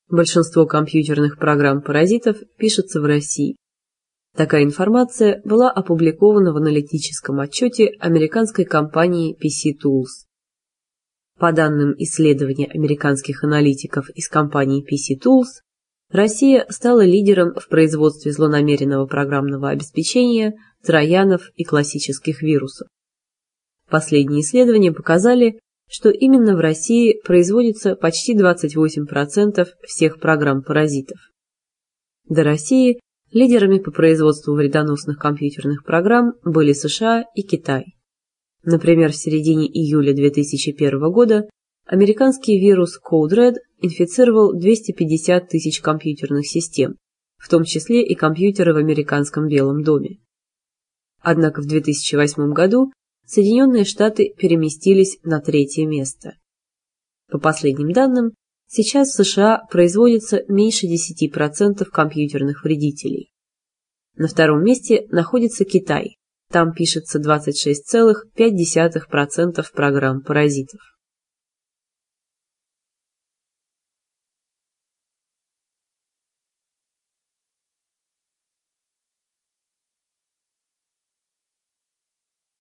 Большинство компьютерных программ-паразитов пишется в России. Такая информация была опубликована в аналитическом отчете американской компании PC Tools. По данным исследования американских аналитиков из компании PC Tools, Россия стала лидером в производстве злонамеренного программного обеспечения, троянов и классических вирусов. Последние исследования показали, что именно в России производится почти 28% всех программ-паразитов. До России лидерами по производству вредоносных компьютерных программ были США и Китай. Например, в середине июля 2001 года американский вирус Code-Red инфицировал 250 тысяч компьютерных систем, в том числе и компьютеры в американском Белом доме. Однако в 2008 году Соединенные Штаты переместились на третье место. По последним данным, сейчас в США производится меньше 10% компьютерных вредителей. На втором месте находится Китай, там пишется 26,5% программ-паразитов.